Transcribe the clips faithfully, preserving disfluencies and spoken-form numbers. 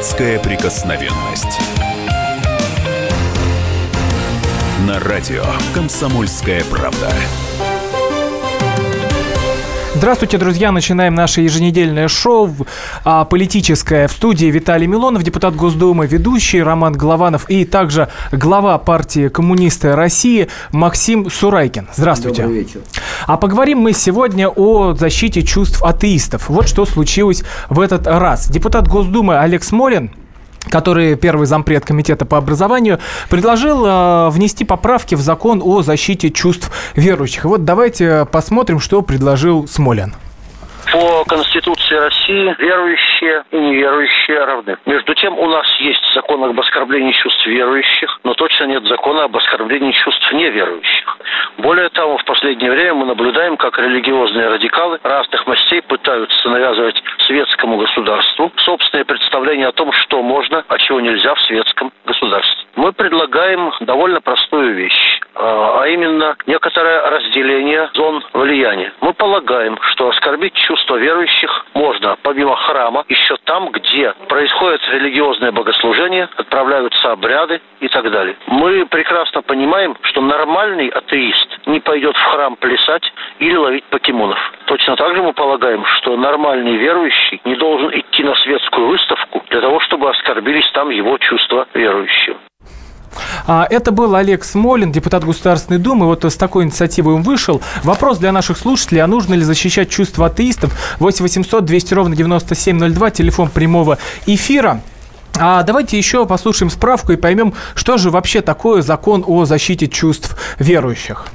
Детская прикосновенность. На радио «Комсомольская правда». Здравствуйте, друзья! Начинаем наше еженедельное шоу а, политическое. В студии Виталий Милонов, депутат Госдумы, ведущий Роман Голованов и также глава партии «Коммунисты России» Максим Сурайкин. Здравствуйте. Добрый вечер. А поговорим мы сегодня о защите чувств атеистов. Вот что случилось в этот раз. Депутат Госдумы Олег Смолин, который первый зампред комитета по образованию, предложил э, внести поправки в закон о защите чувств верующих. Вот давайте посмотрим, что предложил Смолин. По Конституции России верующие и неверующие равны. Между тем, у нас есть закон об оскорблении чувств верующих, но точно нет закона об оскорблении чувств неверующих. Более того, в последнее время мы наблюдаем, как религиозные радикалы разных мастей пытаются навязывать светскому государству собственные представления о том, что можно, а чего нельзя в светском государстве. Мы предлагаем довольно простую вещь, а именно некоторое разделение зон влияния. Мы полагаем, что оскорбить чувства верующих можно помимо храма еще там, где происходит религиозное богослужение, отправляются обряды и так далее. Мы прекрасно понимаем, что нормальный атеист не пойдет в храм плясать или ловить покемонов. Точно так же мы полагаем, что нормальный верующий не должен идти на светскую выставку для того, чтобы оскорбились там его чувства верующего. Это был Олег Смолин, депутат Государственной Думы. Вот с такой инициативой он вышел. Вопрос для наших слушателей: а нужно ли защищать чувства атеистов? восемь восемьсот двести ровно девяносто семь ноль два, телефон прямого эфира. А давайте еще послушаем справку и поймем, что же вообще такое закон о защите чувств верующих.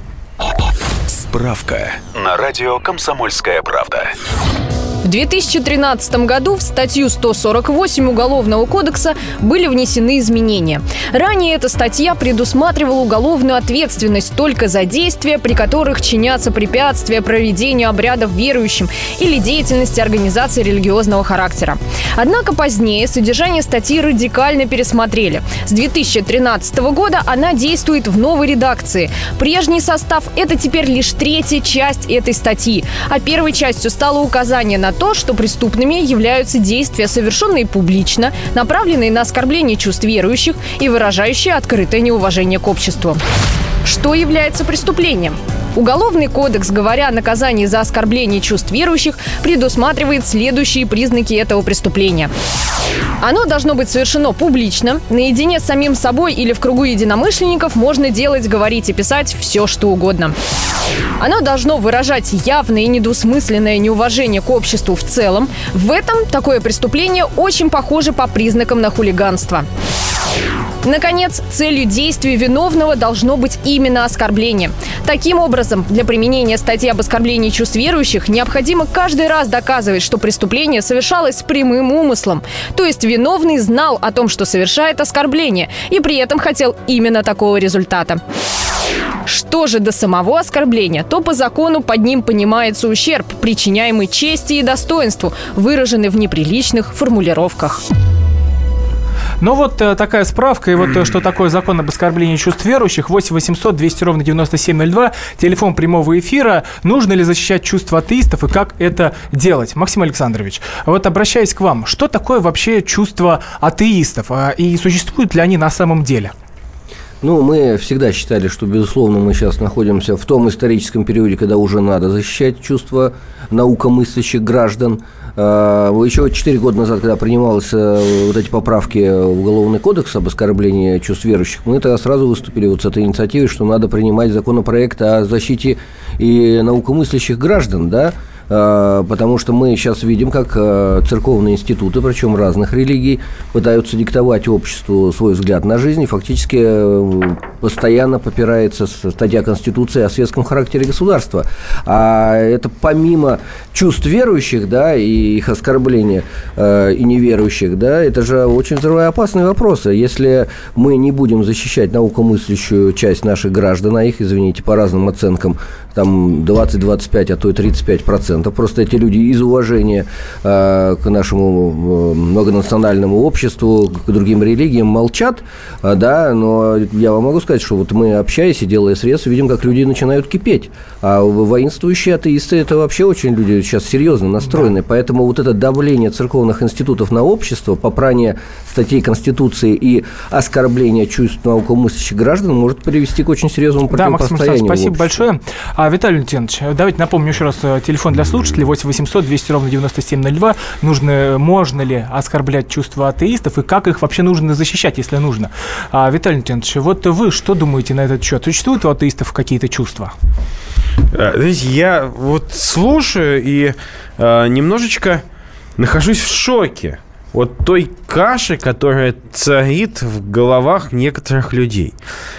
Справка на радио «Комсомольская правда». В две тысячи тринадцатом году в статью сто сорок восемь Уголовного кодекса были внесены изменения. Ранее эта статья предусматривала уголовную ответственность только за действия, при которых чинятся препятствия проведению обрядов верующим или деятельности организаций религиозного характера. Однако позднее содержание статьи радикально пересмотрели. С две тысячи тринадцатого года она действует в новой редакции. Прежний состав – это теперь лишь третья часть этой статьи, а первой частью стало указание на то, что преступными являются действия, совершенные публично, направленные на оскорбление чувств верующих и выражающие открытое неуважение к обществу. Что является преступлением? Уголовный кодекс, говоря о наказании за оскорбление чувств верующих, предусматривает следующие признаки этого преступления. Оно должно быть совершено публично, наедине с самим собой или в кругу единомышленников можно делать, говорить и писать все, что угодно. Оно должно выражать явное и недвусмысленное неуважение к обществу в целом. В этом такое преступление очень похоже по признакам на хулиганство. Наконец, целью действия виновного должно быть именно оскорбление. Таким образом, для применения статьи об оскорблении чувств верующих необходимо каждый раз доказывать, что преступление совершалось с прямым умыслом. То есть виновный знал о том, что совершает оскорбление, и при этом хотел именно такого результата. Что же до самого оскорбления, то по закону под ним понимается ущерб, причиняемый чести и достоинству, выраженный в неприличных формулировках. Ну вот такая справка. И вот что такое закон об оскорблении чувств верующих. восемь восемьсот двести ровно девяносто семь ноль два, телефон прямого эфира. Нужно ли защищать чувства атеистов и как это делать? Максим Александрович, вот обращаясь к вам, что такое вообще чувства атеистов? И существуют ли они на самом деле? Ну, мы всегда считали, что, безусловно, мы сейчас находимся в том историческом периоде, когда уже надо защищать чувства наукомыслящих граждан. Еще четыре года назад, когда принимались вот эти поправки в Уголовный кодекс об оскорблении чувств верующих, мы тогда сразу выступили вот с этой инициативой, что надо принимать законопроект о защите и наукомыслящих граждан, да, потому что мы сейчас видим, как церковные институты, причем разных религий, пытаются диктовать обществу свой взгляд на жизнь, и фактически постоянно попирается статья Конституции о светском характере государства. А это помимо чувств верующих, да, и их оскорбления, и неверующих, да, это же очень взрывоопасные вопросы. Если мы не будем защищать наукомыслящую часть наших граждан, а их, извините, по разным оценкам, там двадцать-двадцать пять, а то и тридцать пять процентов, процентов. Просто эти люди из уважения э, к нашему многонациональному обществу, к другим религиям молчат, э, да, но я вам могу сказать, что вот мы, общаясь и делая средства, видим, как люди начинают кипеть. А воинствующие атеисты – это вообще очень люди сейчас серьезно настроены. Да. Поэтому вот это давление церковных институтов на общество, попрание статей Конституции и оскорбление чувств наукомыслящих граждан может привести к очень серьезному противостоянию. Да, Максим, спасибо большое. А, Виталий Валентинович, давайте напомню еще раз телефон для слушателей восемь восемьсот двести ровно девяносто семь ноль два. Нужно, можно ли оскорблять чувства атеистов и как их вообще нужно защищать, если нужно? А, Виталий Валентинович, вот вы что думаете на этот счет? Существуют у атеистов какие-то чувства? Знаете, я вот слушаю и э, немножечко нахожусь в шоке от той каши, которая царит в головах некоторых людей.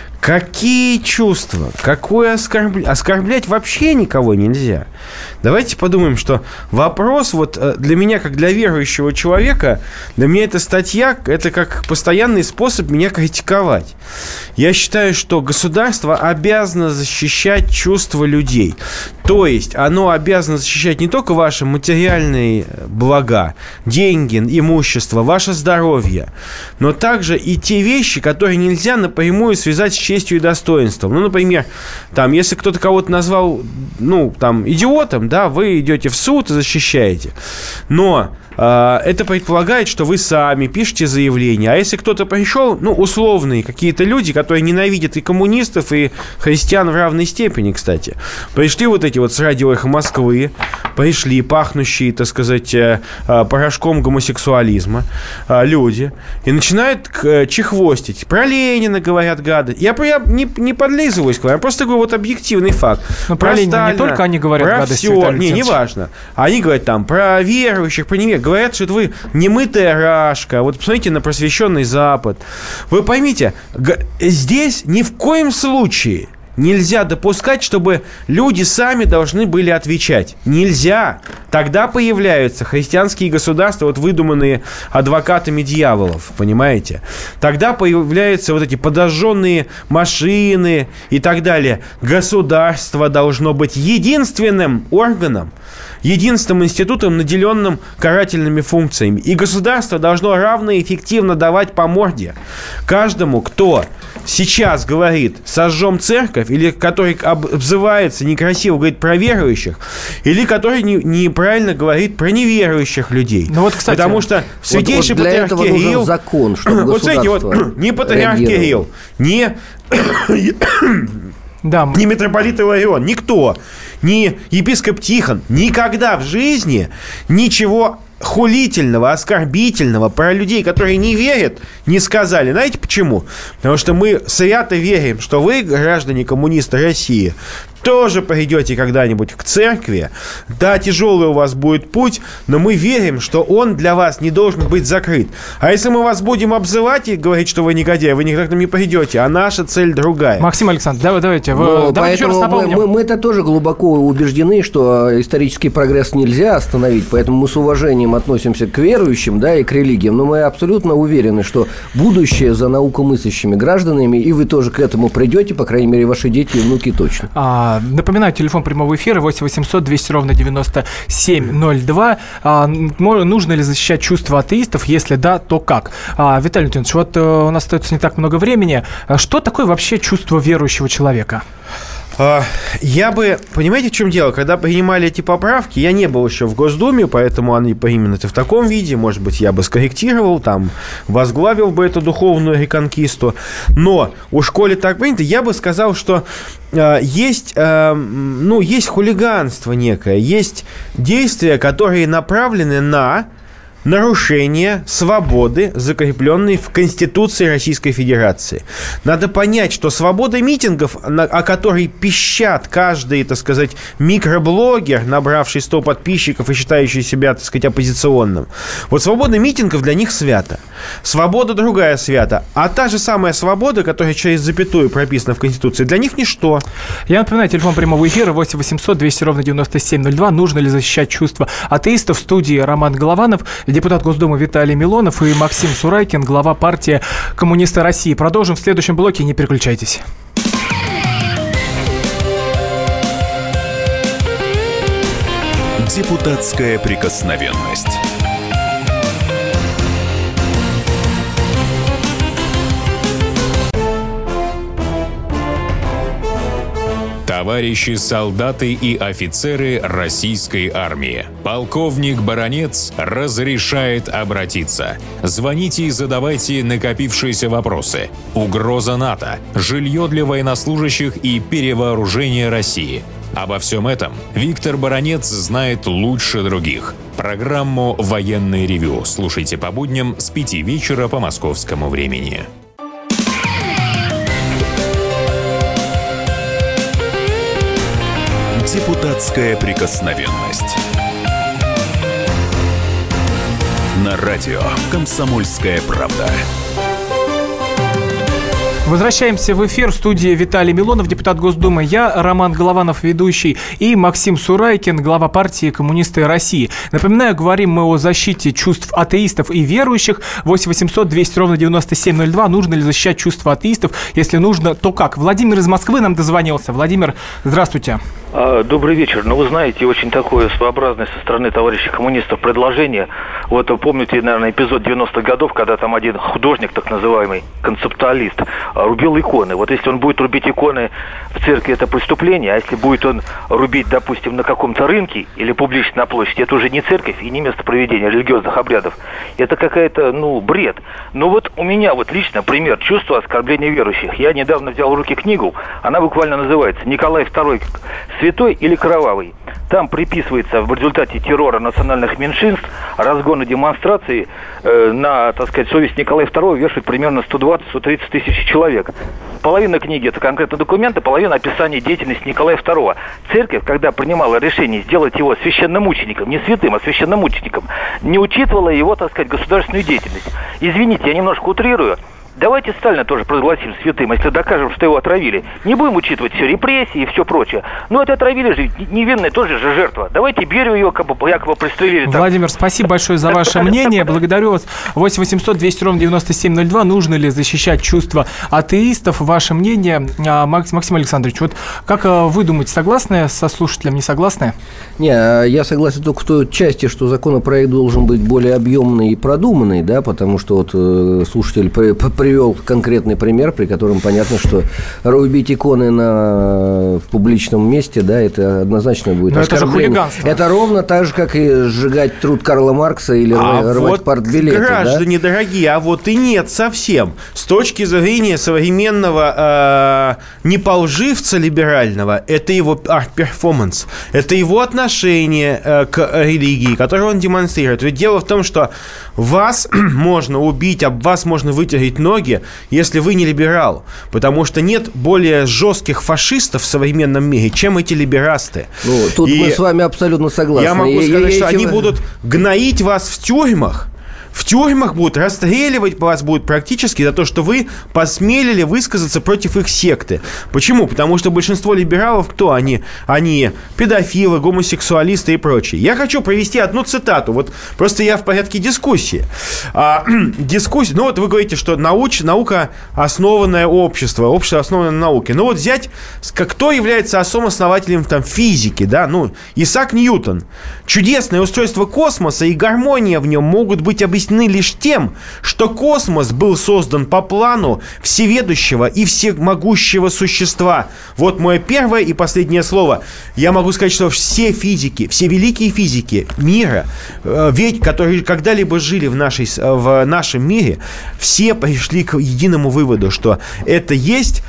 Какие чувства? Какое оскорбление? Оскорблять вообще никого нельзя. Давайте подумаем, что вопрос вот для меня, как для верующего человека, для меня эта статья, это как постоянный способ меня критиковать. Я считаю, что государство обязано защищать чувства людей. То есть оно обязано защищать не только ваши материальные блага, деньги, имущество, ваше здоровье, но также и те вещи, которые нельзя напрямую связать с честью и достоинством. Ну, например, там, если кто-то кого-то назвал, ну, там, идиотом, да, вы идете в суд и защищаете. Но э, это предполагает, что вы сами пишете заявление. А если кто-то пришел, ну, условные какие-то люди, которые ненавидят и коммунистов, и христиан в равной степени, кстати, пришли вот эти вот с радио «Эхо Москвы», пришли пахнущие, так сказать, э, э, порошком гомосексуализма э, люди, и начинают э, чехвостить. Про Ленина говорят гады. Я, я не, не подлизываюсь к вам, я просто говорю вот объективный факт. Но про, про Ленина Сталина, не только они говорят про гадости. Все, не, не важно. Они говорят там про верующих, про неверующих. Говорят, что это вы немытая рашка. Вот посмотрите на просвещенный Запад. Вы поймите, г- здесь ни в коем случае нельзя допускать, чтобы люди сами должны были отвечать. Нельзя. Тогда появляются христианские государства, вот выдуманные адвокатами дьяволов, понимаете? Тогда появляются вот эти подожженные машины и так далее. Государство должно быть единственным органом, единственным институтом, наделенным карательными функциями. И государство должно равно и эффективно давать по морде каждому, кто сейчас говорит «сожжем церковь», или который обзывается, некрасиво говорит про верующих, или который не, неправильно говорит про неверующих людей. Ну вот, кстати, потому что святейший вот, вот патриарх Кирилл... закон, чтобы вот смотрите, вот не патриарх Кирилл, не... Да. Ни митрополит Иларион, никто, ни епископ Тихон никогда в жизни ничего хулительного, оскорбительного про людей, которые не верят, не сказали. Знаете почему? Потому что мы свято верим, что вы, граждане коммунисты России, тоже пойдете когда-нибудь к церкви. Да, тяжелый у вас будет путь, но мы верим, что он для вас не должен быть закрыт. А если мы вас будем обзывать и говорить, что вы негодяй, вы никогда к нам не пойдете, а наша цель другая. Максим Александрович, давай, давайте. Вы, давайте еще раз напомним. Мы, мы-то тоже глубоко убеждены, что исторический прогресс нельзя остановить, поэтому мы с уважением относимся к верующим, да, и к религиям, но мы абсолютно уверены, что будущее за наукомыслящими гражданами, и вы тоже к этому придете, по крайней мере, ваши дети и внуки точно. А, напоминаю, телефон прямого эфира восемь восемьсот двести ровно девяносто семь ноль два. А, нужно ли защищать чувства атеистов? Если да, то как? А, Виталий Леонидович, вот а, у нас остается не так много времени. Что такое вообще чувство верующего человека? Я бы, понимаете, в чем дело? Когда принимали эти поправки, я не был еще в Госдуме, поэтому они именно в таком виде, может быть, я бы скорректировал, там, возглавил бы эту духовную реконкисту. Но у школе так принято, я бы сказал, что э, есть, э, ну, есть хулиганство некое, есть действия, которые направлены на нарушение свободы, закрепленной в Конституции Российской Федерации. Надо понять, что свобода митингов, о которой пищат каждый, так сказать, микроблогер, набравший сто подписчиков и считающий себя, так сказать, оппозиционным, вот свобода митингов для них свята. Свобода другая свята. А та же самая свобода, которая через запятую прописана в Конституции, для них ничто. Я напоминаю, телефон прямого эфира восемь восемьсот двести ровно девяносто семь ноль два. Нужно ли защищать чувства атеистов? В студии Роман Голованов, депутат Госдумы Виталий Милонов и Максим Сурайкин, глава партии «Коммунисты России». Продолжим в следующем блоке, не переключайтесь. Депутатская прикосновенность. Товарищи солдаты и офицеры российской армии. Полковник Баранец разрешает обратиться. Звоните и задавайте накопившиеся вопросы. Угроза НАТО, жилье для военнослужащих и перевооружение России. Обо всем этом Виктор Баранец знает лучше других. Программу «Военное ревю» слушайте по будням с пяти вечера по московскому времени. Депутатская прикосновенность. На радио «Комсомольская правда». Возвращаемся в эфир. В студии Виталий Милонов, депутат Госдумы. Я, Роман Голованов, ведущий, и Максим Сурайкин, глава партии «Коммунисты России». Напоминаю, говорим мы о защите чувств атеистов и верующих. восемь восемьсот двести ровно девяносто семь ноль два. Нужно ли защищать чувства атеистов? Если нужно, то как? Владимир из Москвы нам дозвонился. Владимир, здравствуйте. Добрый вечер. Ну, вы знаете, очень такое своеобразное со стороны товарищей коммунистов предложение. Вот помните, наверное, эпизод девяностых годов, когда там один художник, так называемый, концептуалист, рубил иконы. Вот если он будет рубить иконы в церкви, это преступление, а если будет он рубить, допустим, на каком-то рынке или публично на площади, это уже не церковь и не место проведения религиозных обрядов. Это какая-то, ну, бред. Но вот у меня вот лично пример чувства оскорбления верующих. Я недавно взял в руки книгу, она буквально называется «Николай второй. Святой или кровавый?». Там приписывается в результате террора национальных меньшинств, разгона демонстраций э, на, так сказать, совесть Николая второго вешают примерно сто двадцать - сто тридцать тысяч человек. Половина книги – это конкретно документы, половина – описание деятельности Николая второго. Церковь, когда принимала решение сделать его священномучеником, не святым, а священномучеником, не учитывала его, так сказать, государственную деятельность. Извините, я немножко утрирую. Давайте Сталина тоже прогласим святым, если докажем, что его отравили. Не будем учитывать все репрессии и все прочее. Но это отравили же, невинная тоже же жертва. Давайте Берию ее якобы пристрелили. Владимир, там. Спасибо большое за ваше мнение. Благодарю вас. восемь восемьсот двести ровно девяносто семь ноль два. Нужно ли защищать чувства атеистов? Ваше мнение, Максим Александрович, вот как вы думаете, согласны со слушателем, не согласны? Не, я согласен только в той части, что законопроект должен быть более объемный и продуманный, да, потому что вот слушатель при, при привел конкретный пример, при котором понятно, что рубить иконы на публичном месте, да, это однозначно будет Но оскорбление. Это же хулиганство. Это ровно так же, как и сжигать труд Карла Маркса или а рвать вот, партбилеты. граждане да? дорогие, а вот и нет совсем. С точки зрения современного э, неполживца либерального, это его арт-перформанс, это его отношение э, к религии, которое он демонстрирует. Ведь дело в том, что вас можно убить, об вас можно вытереть ноги, если вы не либерал. Потому что нет более жестких фашистов в современном мире, чем эти либерасты. Ну, тут И мы с вами абсолютно согласны. я могу я, сказать, я, что я, они я... будут гноить вас в тюрьмах. В тюрьмах будут расстреливать вас будут практически за то, что вы посмелили высказаться против их секты. Почему? Потому что большинство либералов, кто они? Они педофилы, гомосексуалисты и прочие. Я хочу привести одну цитату. Вот просто я в порядке дискуссии. А, дискуссия. Ну вот вы говорите, что науч, наука основанное общество, общество основанное на науке. Ну вот взять, кто является основателем там физики, да? Ну, Исаак Ньютон. Чудесное устройство космоса и гармония в нем могут быть объяснены лишь тем, что космос был создан по плану всеведущего и всемогущего существа. Вот мое первое и последнее слово. Я могу сказать, что все физики, все великие физики мира, ведь, которые когда-либо жили в, нашей, в нашем мире, все пришли к единому выводу, что это есть...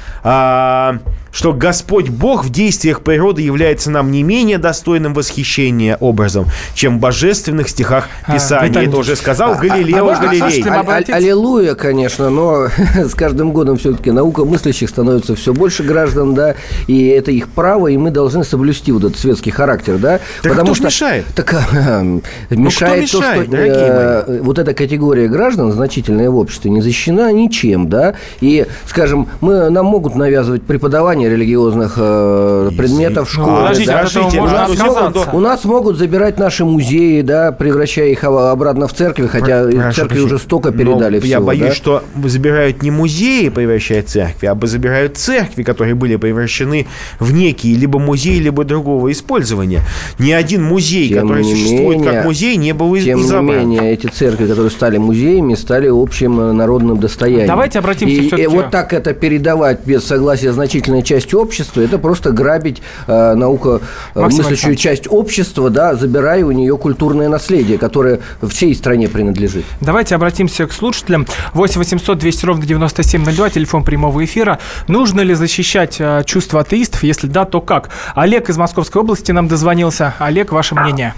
А, что Господь Бог в действиях природы является нам не менее достойным восхищения образом, чем в божественных стихах Писания. А, это уже сказал Галилео а, а, Галилей. А, а, а, аллилуйя, конечно, но с каждым годом все-таки наука мыслящих становится все больше граждан, да, и это их право, и мы должны соблюсти вот этот светский характер, да. Так потому кто что мешает? Так, а, мешает, ну, то, мешает, что э, вот эта категория граждан, значительная в обществе, не защищена ничем, да, и, скажем, мы, нам могут навязывать преподавание преподавания религиозных э, предметов в школе. Подождите, да. от этого у, можно нас отказаться. могут, у нас могут забирать наши музеи, да, превращая их обратно в церкви, хотя Прошу церкви прощения. уже столько передали Но всего. я боюсь, да? что забирают не музеи, превращая церкви, а забирают церкви, которые были превращены в некие либо музеи, либо другого использования. Ни один музей, Тем который не существует менее, как музей, не был из- Тем не изобран. менее, эти церкви, которые стали музеями, стали общим народным достоянием. Давайте обратимся и, все-таки... и вот так это передавать без согласия значительной части общества, это просто грабить э, науко э, Максим мыслящую Александрович. часть общества, да, забирая у нее культурное наследие, которое всей стране принадлежит. Давайте обратимся к слушателям. восемь восемьсот двести ровно девяносто семь ноль два, телефон прямого эфира. Нужно ли защищать э, чувства атеистов? Если да, то как? Олег из Московской области нам дозвонился. Олег, ваше мнение?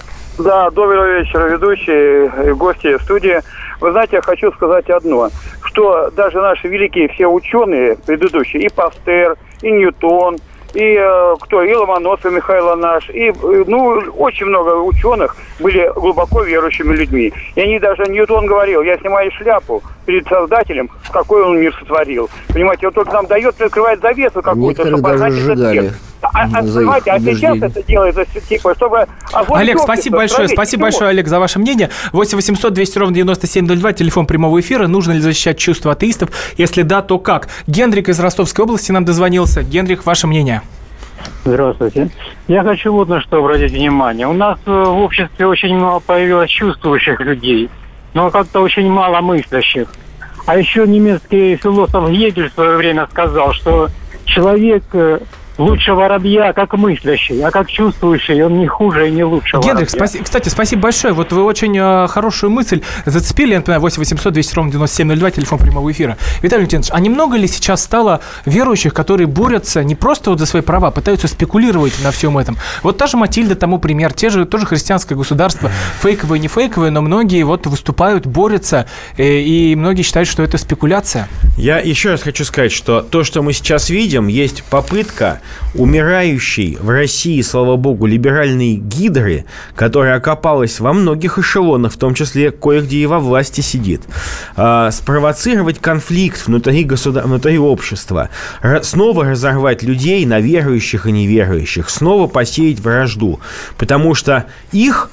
Да, доброго вечера, ведущие, гости студии. Вы знаете, я хочу сказать одно, что даже наши великие все ученые предыдущие, и Пастер, и Ньютон, и э, кто, и Ломоносов Михаил наш, и, э, ну, очень много ученых были глубоко верующими людьми. И они даже, Ньютон говорил, я снимаю шляпу перед Создателем, какой он мир сотворил. Понимаете, он только нам дает, приоткрывает завесу какую-то, Некоторых чтобы даже познать этот сжигали. мир. А, а, за их понимаете, а сейчас убеждения. это делается, типа, чтобы... Олег, спасибо большое. Спасибо большое, Олег, за ваше мнение. восемь восемьсот двести ровно девяносто семь ноль два, телефон прямого эфира. Нужно ли защищать чувства атеистов? Если да, то как? Генрик из Ростовской области нам дозвонился. Генрих, ваше мнение? Здравствуйте. Я хочу вот на что обратить внимание. У нас э, в обществе очень мало появилось чувствующих людей, но как-то очень мало мыслящих. А еще немецкий философ Гегель в свое время сказал, что человек э, лучше воробья как мыслящий, а как чувствующий он не хуже и не лучше Генрих, воробья. спаси- кстати, спасибо большое. Вот вы очень э, хорошую мысль зацепили. Я напоминаю, восемь восемьсот двести ровно девяносто семь ноль два, телефон прямого эфира. Виталий Валентинович, а немного ли сейчас стало верующих, которые борются не просто вот за свои права, пытаются спекулировать на всем этом? Вот та же Матильда тому пример, те же, тоже христианское государство, фейковое, не фейковое, но многие вот выступают, борются, э, и многие считают, что это спекуляция. Я еще раз хочу сказать, что то, что мы сейчас видим, есть попытка умирающей в России, слава богу, либеральной гидры, которая окопалась во многих эшелонах, в том числе кое-где и во власти сидит, э, спровоцировать конфликт внутри, государ... внутри общества, р- снова разорвать людей на верующих и неверующих, снова посеять вражду, потому что их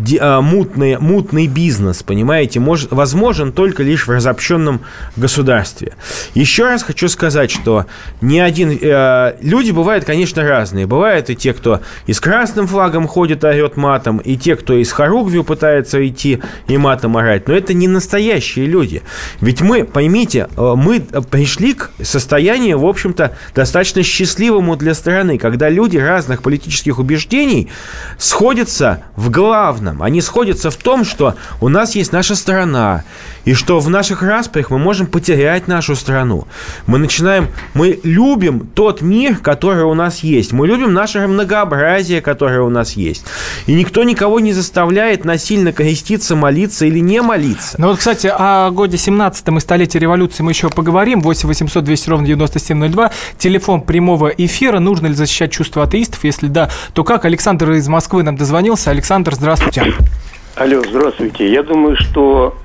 Мутный, мутный бизнес, понимаете, может, возможен только лишь в разобщенном государстве. Еще раз хочу сказать, что ни один... Э, люди бывают, конечно, разные. Бывают и те, кто и с красным флагом ходит, орет матом, и те, кто из хоругвью пытается идти и матом орать. Но это не настоящие люди. Ведь мы, поймите, мы пришли к состоянию, в общем-то, достаточно счастливому для страны, когда люди разных политических убеждений сходятся в главном. Они сходятся в том, что у нас есть наша страна, и что в наших распрях мы можем потерять нашу страну. Мы начинаем, мы любим тот мир, который у нас есть. Мы любим наше многообразие, которое у нас есть. И никто никого не заставляет насильно креститься, молиться или не молиться. Ну вот, кстати, о годе семнадцатом и столетии революции мы еще поговорим. восемь восемьсот двести ровно девяносто семь ноль два, телефон прямого эфира. Нужно ли защищать чувства атеистов? Если да, то как? Александр из Москвы нам дозвонился. Александр, здравствуйте. Алло, здравствуйте. Я думаю, что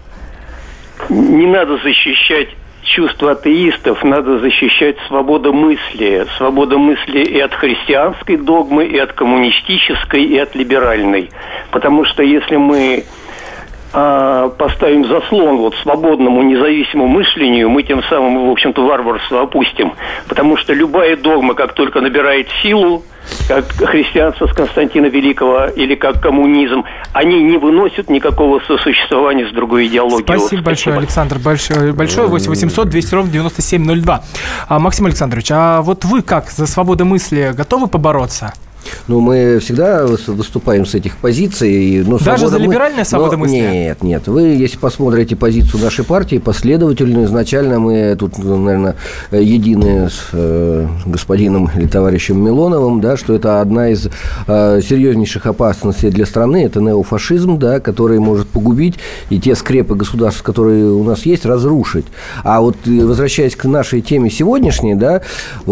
не надо защищать чувства атеистов, надо защищать свободу мысли. Свободу мысли и от христианской догмы, и от коммунистической, и от либеральной. Потому что если мы а, поставим заслон вот свободному, независимому мышлению, мы тем самым, в общем-то, варварство опустим. Потому что любая догма, как только набирает силу, как христианство с Константина Великого или как коммунизм, они не выносят никакого сосуществования с другой идеологией. Спасибо, Спасибо. большое, Александр. Большое, большое. восемь восемьсот двести ровно девяносто семь ноль два. А, Максим Александрович, а вот вы как, за свободу мысли готовы побороться? Ну, мы всегда выступаем с этих позиций. Но Даже за мы... либеральная свобода но... мысли? Нет, нет. Вы, если посмотрите позицию нашей партии, последовательно, изначально мы тут, наверное, едины с э, господином или товарищем Милоновым, да, что это одна из э, серьезнейших опасностей для страны, это неофашизм, да, который может погубить и те скрепы государств, которые у нас есть, разрушить. А вот, возвращаясь к нашей теме сегодняшней, да, вот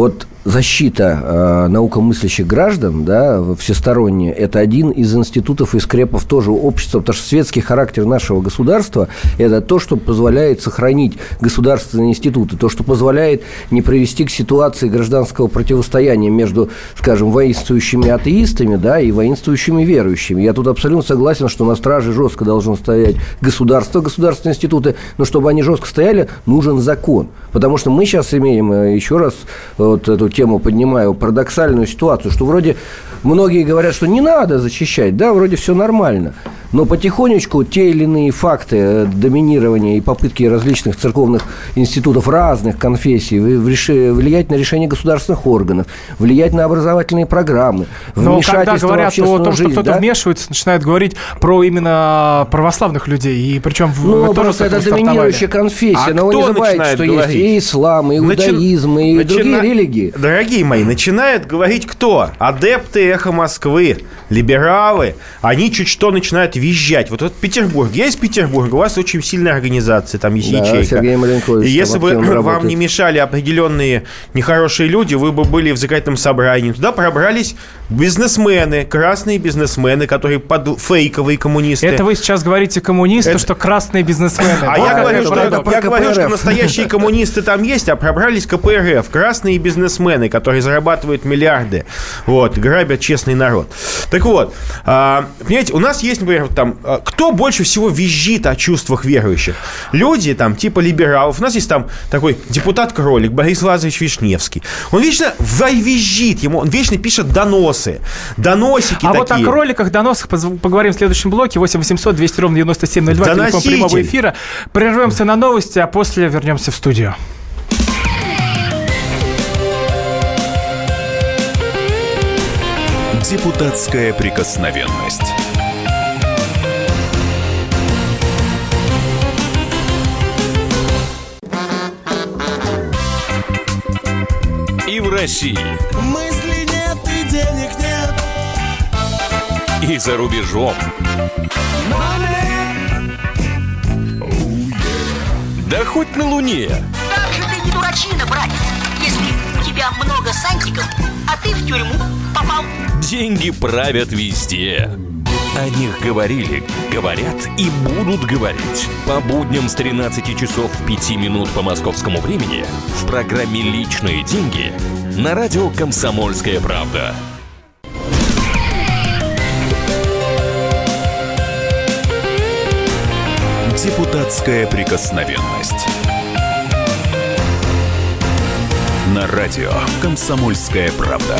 защита э, наукомыслящих граждан, да, всесторонняя, это один из институтов и скрепов тоже общества, потому что светский характер нашего государства – это то, что позволяет сохранить государственные институты, то, что позволяет не привести к ситуации гражданского противостояния между, скажем, воинствующими атеистами, да, и воинствующими верующими. Я тут абсолютно согласен, что на страже жестко должно стоять государство, государственные институты, но чтобы они жестко стояли, нужен закон. Потому что мы сейчас имеем, еще раз вот эту тему поднимаю, парадоксальную ситуацию, что вроде многие говорят, что не надо защищать, да, вроде все нормально, но потихонечку те или иные факты доминирования и попытки различных церковных институтов разных конфессий влиять на решение государственных органов, влиять на образовательные программы, вмешательство когда говорят в общественную о том, жизнь, что кто-то да? вмешивается, начинают говорить про именно православных людей, и причем ну, вы просто тоже это доминирующая конфессия, а но вы не забывайте, что говорить? Есть и ислам, и иудаизм, Начи... и Начина... другие религии. Дорогие мои, начинают говорить кто? Адепты «Эхо Москвы», либералы, они чуть что начинают визжать. Вот, вот Петербург, я из Петербурга, у вас очень сильная организация, там есть да, ячейка. Сергей Маленкович, и если бы вам не мешали определенные нехорошие люди, вы бы были в законодательном собрании. Туда пробрались бизнесмены, красные бизнесмены, которые под фейковые коммунисты. Это вы сейчас говорите коммунисты, это... что красные бизнесмены. А я говорю, что, я говорю, что настоящие коммунисты там есть, а пробрались ка пэ эр эф, красные бизнесмены, которые зарабатывают миллиарды, вот, грабят честный народ. Так вот, а, понимаете, у нас есть, например, там, кто больше всего визжит о чувствах верующих? Люди, там, типа либералов. У нас есть там такой депутат-кролик Борис Лазаревич Вишневский. Он вечно визжит, ему, он вечно пишет доносы, доносики а такие. А вот о кроликах, доносах поговорим в следующем блоке. восемь восемьсот двести ровно девяносто семь ноль два, телефон прямого эфира. Прервемся на новости, а после вернемся в студию. Депутатская прикосновенность. И в России. Мысли нет и денег нет. И за рубежом. Money. Oh, yeah. Да хоть на Луне. Как же ты не дурачина, братец, если у тебя много сантиков, а ты в тюрьму попал. Деньги правят везде. О них говорили, говорят и будут говорить. По будням с тринадцати часов пяти минут по московскому времени в программе «Личные деньги» на радио «Комсомольская правда». Депутатская прикосновенность. На радио «Комсомольская правда».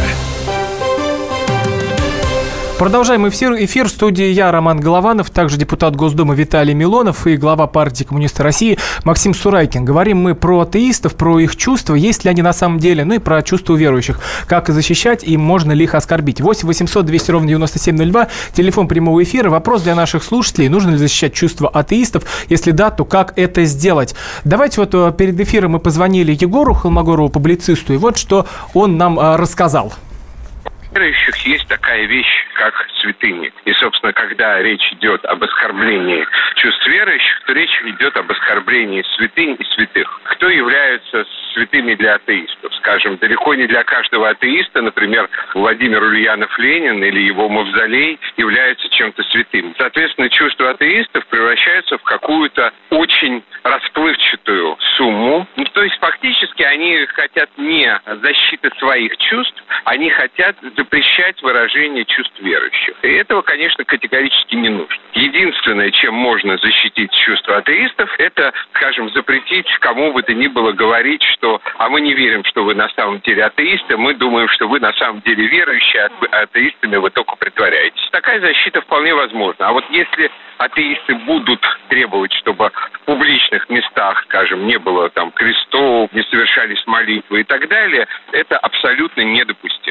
Продолжаем эфир. Эфир в студии я, Роман Голованов, также депутат Госдумы Виталий Милонов и глава партии коммунисты России Максим Сурайкин. Говорим мы про атеистов, про их чувства, есть ли они на самом деле, ну и про чувства верующих. Как защищать и можно ли их оскорбить. восемь восемьсот двести ровно девяносто семь ноль два, телефон прямого эфира. Вопрос для наших слушателей. Нужно ли защищать чувства атеистов? Если да, то как это сделать? Давайте вот перед эфиром мы позвонили Егору Холмогорову, публицисту, и вот что он нам рассказал. У верующих есть такая вещь, как святыни. И, собственно, когда речь идет об оскорблении чувств верующих, то речь идет об оскорблении святынь и святых. Кто являются святыми для атеистов? Скажем, далеко не для каждого атеиста, например, Владимир Ульянов Ленин или его мавзолей являются чем-то святым. Соответственно, чувства атеистов превращаются в какую-то очень расплывчатую сумму. Ну, то есть, фактически, они хотят не защиты своих чувств, они хотят запрещать выражение чувств верующих. И этого, конечно, категорически не нужно. Единственное, чем можно защитить чувства атеистов, это, скажем, запретить кому бы то ни было говорить, что «а мы не верим, что вы на самом деле атеисты, мы думаем, что вы на самом деле верующие, а атеистами вы только притворяетесь». Такая защита вполне возможна. А вот если атеисты будут требовать, чтобы в публичных местах, скажем, не было там крестов, не совершались молитвы и так далее, это абсолютно недопустимо.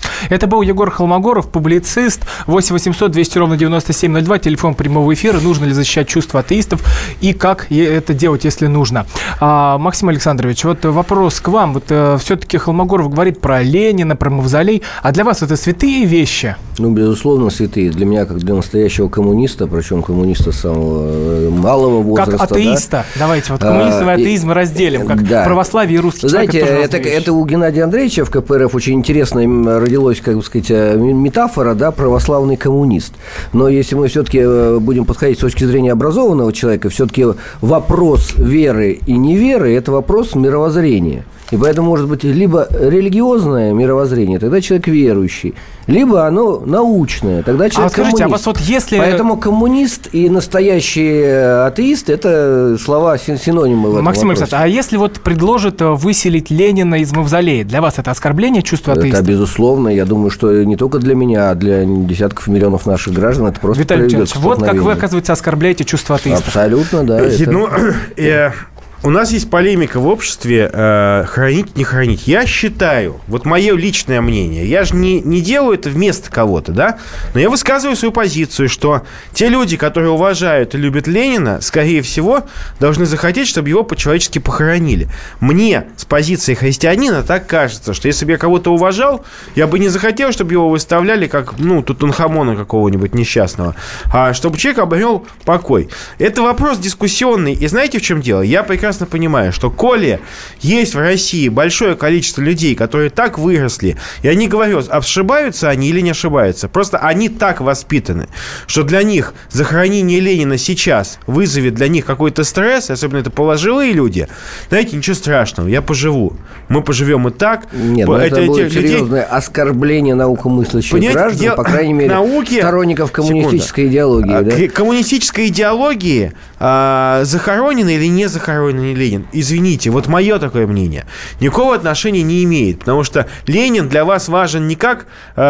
Это был Егор Холмогоров, публицист. восемь восемьсот двести ровно девяносто семь ноль два, телефон прямого эфира. Нужно ли защищать чувства атеистов и как это делать, если нужно? А, Максим Александрович, вот вопрос к вам. Вот э, все-таки Холмогоров говорит про Ленина, про мавзолей. А для вас это святые вещи? Ну, безусловно, святые. Для меня, как для настоящего коммуниста, причем коммуниста самого малого возраста. Как атеиста. Да? Давайте вот коммунизм а, и атеизм и, разделим, как да. православие и русский Знаете, человек. Знаете, это, это у Геннадия Андреевича в ка пэ эр эф очень интересная родилась, как бы сказать, метафора, да, православный коммунист. Но если мы все-таки будем подходить с точки зрения образованного человека, все-таки вопрос веры и неверы – это вопрос мировоззрения. И поэтому может быть либо религиозное мировоззрение, тогда человек верующий, либо оно научное, тогда человек а скажите, коммунист. А вас вот если... Поэтому коммунист и настоящий атеист – это слова синонимы в этом Максим вопросе. Александрович, а если вот предложат выселить Ленина из мавзолея, для вас это оскорбление чувства атеиста? Это безусловно. Я думаю, что не только для меня, а для десятков миллионов наших граждан это просто Виталий Витальевич, вот как вы, оказывается, оскорбляете чувства атеистов. Абсолютно, да. Это... Ну, я... У нас есть полемика в обществе, э, хранить, не хранить. Я считаю, вот мое личное мнение, я же не, не делаю это вместо кого-то, да, но я высказываю свою позицию, что те люди, которые уважают и любят Ленина, скорее всего, должны захотеть, чтобы его по-человечески похоронили. Мне с позиции христианина так кажется, что если бы я кого-то уважал, я бы не захотел, чтобы его выставляли как, ну, Тутанхамона какого-нибудь несчастного, а чтобы человек обрел покой. Это вопрос дискуссионный, и знаете, в чем дело? Я прекрасно понимаю, что коли есть в России большое количество людей, которые так выросли, я не говорю, ошибаются они или не ошибаются, просто они так воспитаны, что для них захоронение Ленина сейчас вызовет для них какой-то стресс, особенно это пожилые люди. Знаете, ничего страшного, я поживу. Мы поживем и так. Нет, ну это, это будет серьезное людей... оскорбление наукомыслящих Понимаете, граждан, дел... по крайней мере, науки... сторонников коммунистической Секунда. идеологии. Да? Коммунистической идеологии а, захоронены или не захоронены Ленин. Извините, вот мое такое мнение. Никакого отношения не имеет, потому что Ленин для вас важен не как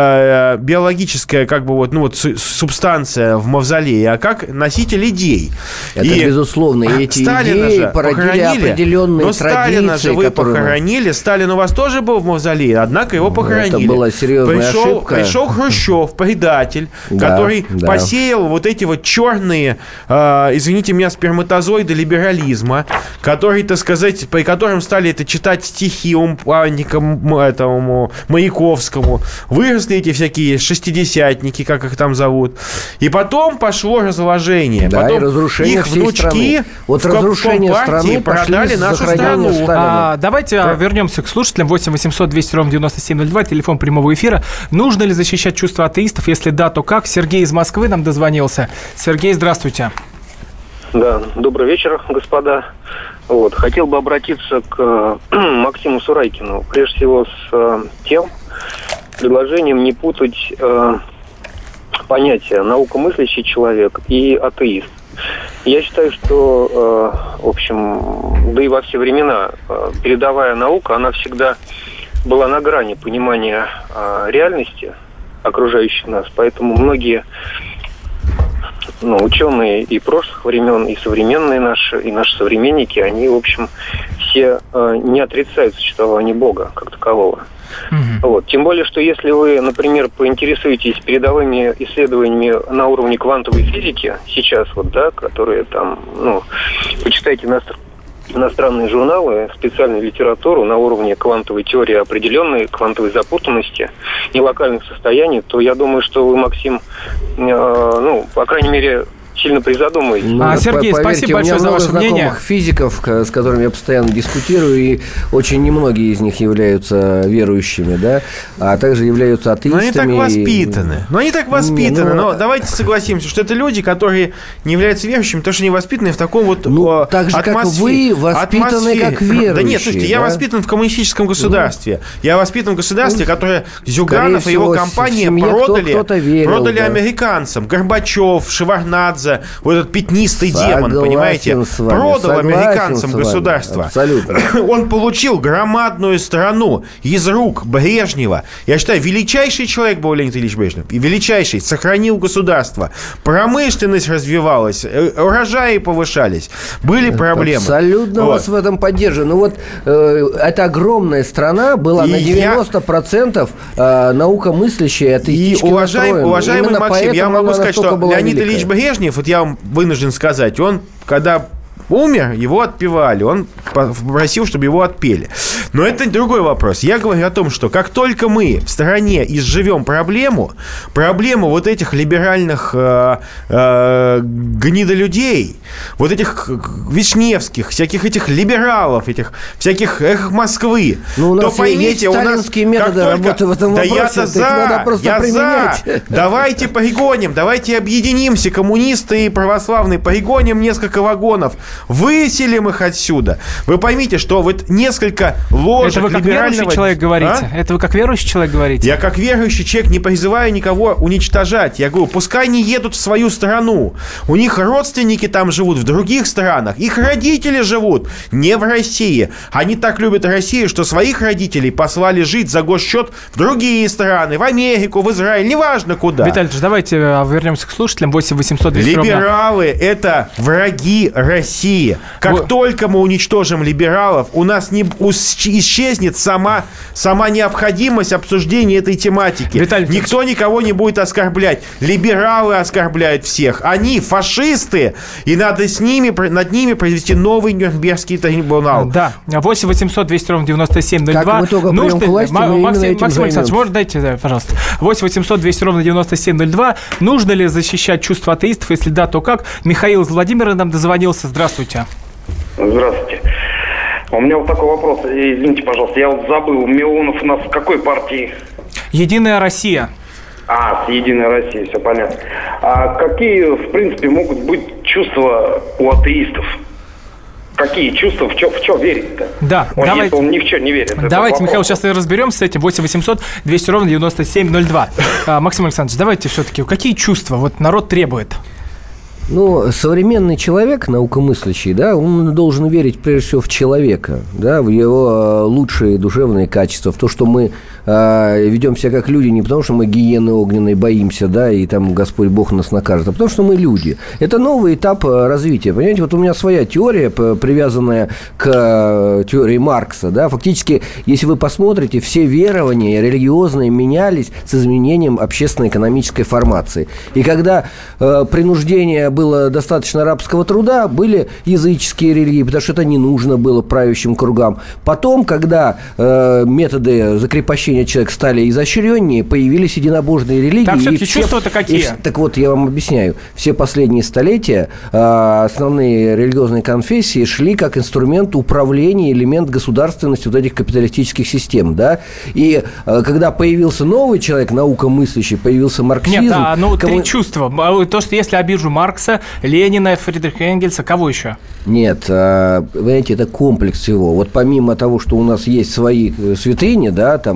э, биологическая, как бы вот, ну вот субстанция в мавзолее, а как носитель идей. Это и безусловно. И эти Сталина идеи породили определенные но традиции. Сталина же вы которые... похоронили. Сталин у вас тоже был в мавзолее, однако его похоронили. Это была серьезная пришел, ошибка. Пришел Хрущев, предатель, да, который да. посеял вот эти вот черные, э, извините меня, сперматозоиды либерализма, который, так сказать, при котором стали это читать стихи памятникам этому Маяковскому. Выросли эти всякие шестидесятники, как их там зовут. И потом пошло разложение. Да, потом и разрушение их внучки страны. Вот в разрушение страны продали нашу страну. А, давайте Про... вернемся к слушателям. восемь восемьсот двести ровно девяносто семь ноль два, телефон прямого эфира. Нужно ли защищать чувства атеистов? Если да, то как? Сергей из Москвы нам дозвонился. Сергей, здравствуйте. Да, добрый вечер, господа. Вот, хотел бы обратиться к э, Максиму Сурайкину, прежде всего с э, тем предложением не путать э, понятия наукомыслящий человек и атеист. Я считаю, что, э, в общем, да и во все времена э, передовая наука, она всегда была на грани понимания э, реальности окружающих нас, поэтому многие ну, ученые и прошлых времен, и современные наши, и наши современники, они, в общем, все э, не отрицают существование Бога как такового. Mm-hmm. Вот. Тем более, что если вы, например, поинтересуетесь передовыми исследованиями на уровне квантовой физики, сейчас вот, да, которые там, ну, почитайте иностранные иностранные журналы, специальную литературу на уровне квантовой теории определенной, квантовой запутанности и локальных состояний, то я думаю, что вы, Максим, э, ну, по крайней мере, сильно призадумаетесь. Ну, а, Сергей, поверьте, спасибо большое за ваше мнение. У меня много знакомых физиков, с которыми я постоянно дискутирую, и очень немногие из них являются верующими, да, а также являются атеистами. Но они так воспитаны. Но они так воспитаны. Не, ну, но давайте согласимся, что это люди, которые не являются верующими, потому что они воспитаны в таком вот ну, так же, атмосфере. Как вы воспитаны атмосфере. как верующие. Да нет, слушайте, да? Я воспитан в коммунистическом государстве. Ну, я воспитан в государстве, ну, которое Зюганов и его компания продали, кто верил, продали да. американцам. Горбачев, Шеварднадзе, появился вот этот пятнистый Согласен демон, понимаете? с вами, Продал согласен американцам с вами. государство. Абсолютно. Он получил громадную страну из рук Брежнева. Я считаю, величайший человек был Леонид Ильич Брежнев. И величайший. Сохранил государство. Промышленность развивалась. Урожаи повышались. Были проблемы. Абсолютно вот. вас в этом поддерживаю. Ну вот, э, это огромная страна была и на девяносто процентов я... э, наукомыслящая, атеистически И, уважаем, уважаемый Именно Максим, я могу сказать, что Леонид великая. Ильич Брежнев, вот я вам вынужден сказать, он, когда умер, его отпевали. Он попросил, чтобы его отпели. Но это другой вопрос. Я говорю о том, что как только мы в стране изживем проблему, проблему вот этих либеральных э, э, гнидолюдей, вот этих Вишневских, всяких этих либералов, этих всяких эх Москвы, ну, то поймите, у нас методы работы в этом да вопросе, я-то за, надо просто я применять. за. Давайте погоним, давайте объединимся, коммунисты и православные, погоним несколько вагонов, выселим их отсюда. Вы поймите, что вот несколько ложек Это вы как либерального... верующий человек говорите? А? Это вы как верующий человек говорите? Я как верующий человек не призываю никого уничтожать. Я говорю, пускай не едут в свою страну. У них родственники там живут, в других странах. Их родители живут не в России. Они так любят Россию, что своих родителей послали жить за госсчет в другие страны, в Америку, в Израиль, неважно куда. Виталий, давайте вернемся к слушателям. восемь восемьсот двести Либералы – это враги России. Как вот. Только мы уничтожим либералов, у нас не исчезнет сама, сама необходимость обсуждения этой тематики. Виталий Никто Витальевич. никого не будет оскорблять. Либералы оскорбляют всех. Они фашисты, и надо с ними, над ними произвести новый Нюрнбергский трибунал. Да. восемь восемьсот двести ровно девяносто семь ноль два. Как мы только придем к власти, мы Максим, этим Максим Александрович, можно дайте, да, пожалуйста. восемь восемьсот двести ровно девяносто семь ноль два. Нужно ли защищать чувства атеистов? Если да, то как? Михаил из Владимира нам дозвонился. Здравствуйте. Здравствуйте. У меня вот такой вопрос. Извините, пожалуйста, я вот забыл. Милонов у нас в какой партии? Единая Россия. А, с Единой Россией, все понятно. А какие, в принципе, могут быть чувства у атеистов? Какие чувства, в что в чё верить-то? Да, он, давайте, если он ни в что не верит. Давайте, Михаил, сейчас и разберемся с этим. восемь восемьсот двести ровно девяносто семь ноль два. А, Максим Александрович, давайте все-таки, какие чувства вот народ требует? Ну, современный человек, наукомыслящий, да, он должен верить прежде всего в человека, да, в его лучшие душевные качества, в то, что мы э, ведем себя как люди, не потому, что мы гиены огненной боимся, да, и там Господь Бог нас накажет, а потому, что мы люди. Это новый этап развития, понимаете, вот у меня своя теория, привязанная к теории Маркса, да, фактически, если вы посмотрите, все верования религиозные менялись с изменением общественно-экономической формации. И когда э, принуждение было достаточно рабского труда, были языческие религии, потому что это не нужно было правящим кругам. Потом, когда э, методы закрепощения человека стали изощреннее, появились единобожные религии. Так, все-таки чувства-то какие? И, так вот, я вам объясняю. Все последние столетия э, основные религиозные конфессии шли как инструмент управления, элемент государственности вот этих капиталистических систем, да. И э, когда появился новый человек, наукомыслящий, появился марксизм... Нет, да, ну, кому... три чувства. То, что если обижу Маркса, Ленина, Фридриха Энгельса, кого еще? Нет, понимаете, это комплекс всего. Вот помимо того, что у нас есть свои святыни, да, там,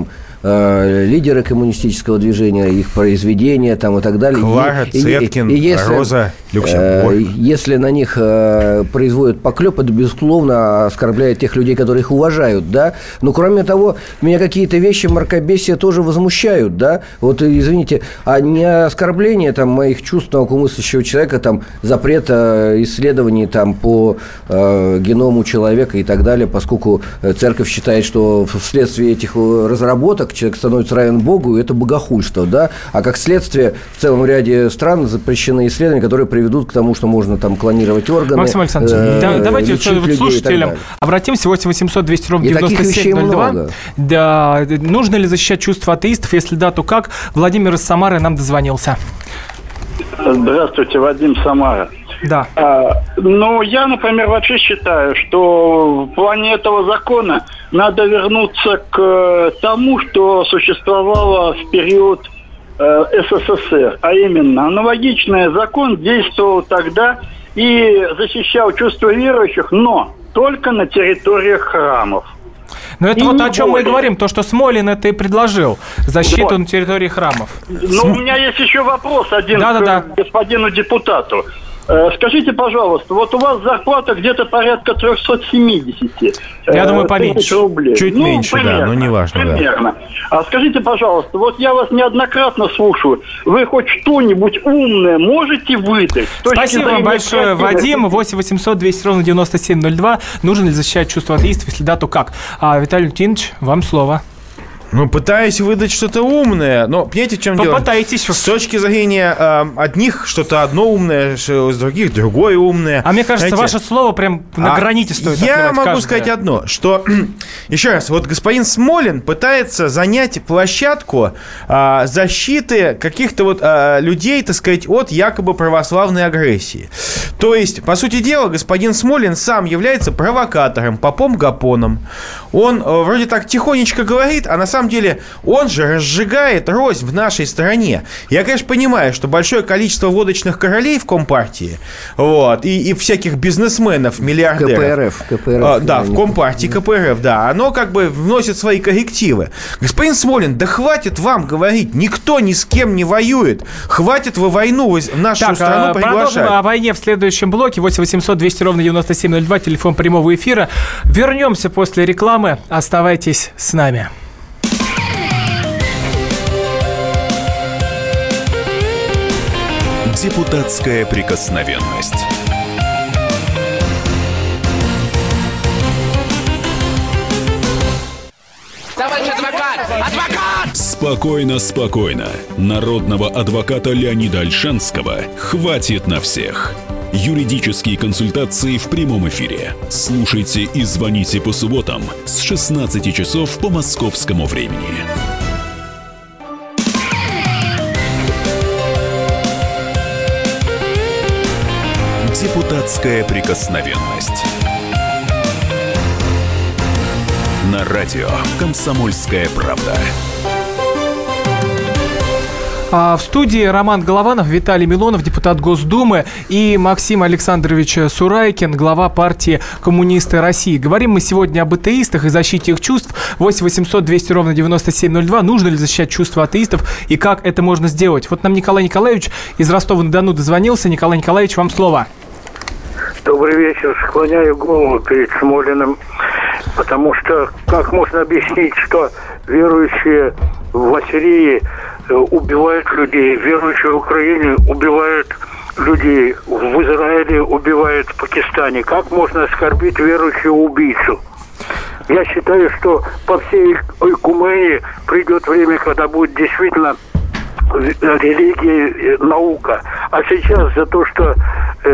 лидеры коммунистического движения, их произведения там, и так далее. Клара, и, Цеткин, и, и если, Роза Люксембург. Если на них э, производят поклеп, это, безусловно, оскорбляет тех людей, которые их уважают, да. Но, кроме того, меня какие-то вещи мракобесия тоже возмущают, да. Вот, извините, а не оскорбление там моих чувств наукомыслящего человека, там, запрета исследований там по э, геному человека и так далее, поскольку церковь считает, что вследствие этих разработок человек становится равен Богу, и это богохульство, да. А как следствие, в целом ряде стран запрещены исследования, которые приведут к тому, что можно там клонировать органы. Максим Александрович, э, да, давайте вот слушателям обратимся. восемь восемьсот двести ровно девяносто семь ноль два. Да, нужно ли защищать чувства атеистов? Если да, то как? Владимир из Самары нам дозвонился. Здравствуйте, Вадим, Самара. Да. А, ну, я, например, вообще считаю, что в плане этого закона надо вернуться к тому, что существовало в период э, СССР. А именно, аналогичный закон действовал тогда и защищал чувства верующих, но только на территориях храмов. Но это и вот о чем более. мы и говорим, то, что Смолин это и предложил, защиту да. на территории храмов. Но См... у меня есть еще вопрос один да, к да, да. господину депутату. Э, скажите, пожалуйста, вот у вас зарплата где-то порядка триста семьдесят Я э, думаю, поменьше. рублей. Чуть ну, меньше, примерно, да, но неважно. Примерно. Да. А скажите, пожалуйста, вот я вас неоднократно слушаю. Вы хоть что-нибудь умное можете выдать? Спасибо вам большое, Вадим. восемь восемьсот двести ровно девяносто семь ноль два. Нужно ли защищать чувство атеистов? Если да, то как? А, Виталий Леонтьевич, вам слово. Ну, пытаюсь выдать что-то умное, но понимаете, в чем дело? Попытайтесь. С точки зрения э, одних что-то одно умное, с других другое умное. А мне кажется, Знаете, ваше слово прям на а граните стоит. Я могу каждое. сказать одно, что, еще раз, вот господин Смолин пытается занять площадку э, защиты каких-то вот э, людей, так сказать, от якобы православной агрессии. То есть, по сути дела, господин Смолин сам является провокатором, попом-гапоном. Он э, вроде так тихонечко говорит, а на самом деле он же разжигает рознь в нашей стране. Я, конечно, понимаю, что большое количество водочных королей в Компартии, вот, и, и всяких бизнесменов, миллиардеров. КПРФ. КПРФ а, да, в Компартии, КПРФ, да. Оно как бы вносит свои коррективы. Господин Смолин, да хватит вам говорить, никто ни с кем не воюет. Хватит вы войну в нашу так, страну приглашать. Продолжим о войне в следующем блоке. восемь восемьсот двести ровно девяносто семь ноль два, телефон прямого эфира. Вернемся после рекламы. Оставайтесь с нами. Депутатская прикосновенность. Товарищ адвокат! Адвокат! Спокойно, спокойно. Народного адвоката Леонида Ольшанского хватит на всех. Юридические консультации в прямом эфире. Слушайте и звоните по субботам с шестнадцати часов по московскому времени. Депутатская прикосновенность. На радио «Комсомольская правда». А в студии Роман Голованов, Виталий Милонов, депутат Госдумы, и Максим Александрович Сурайкин, глава партии «Коммунисты России». Говорим мы сегодня об атеистах и защите их чувств. восемь восемьсот двести ровно девяносто семь ноль два. Нужно ли защищать чувства атеистов и как это можно сделать? Вот нам Николай Николаевич из Ростова-на-Дону дозвонился. Николай Николаевич, вам слово. Добрый вечер. Склоняю голову перед Смолиным, потому что как можно объяснить, что верующие в Ассирии убивают людей, верующие в Украине убивают людей, в Израиле убивают, в Пакистане. Как можно оскорбить верующего убийцу? Я считаю, что по всей Экумене придет время, когда будет действительно религия, наука. А сейчас за то, что э,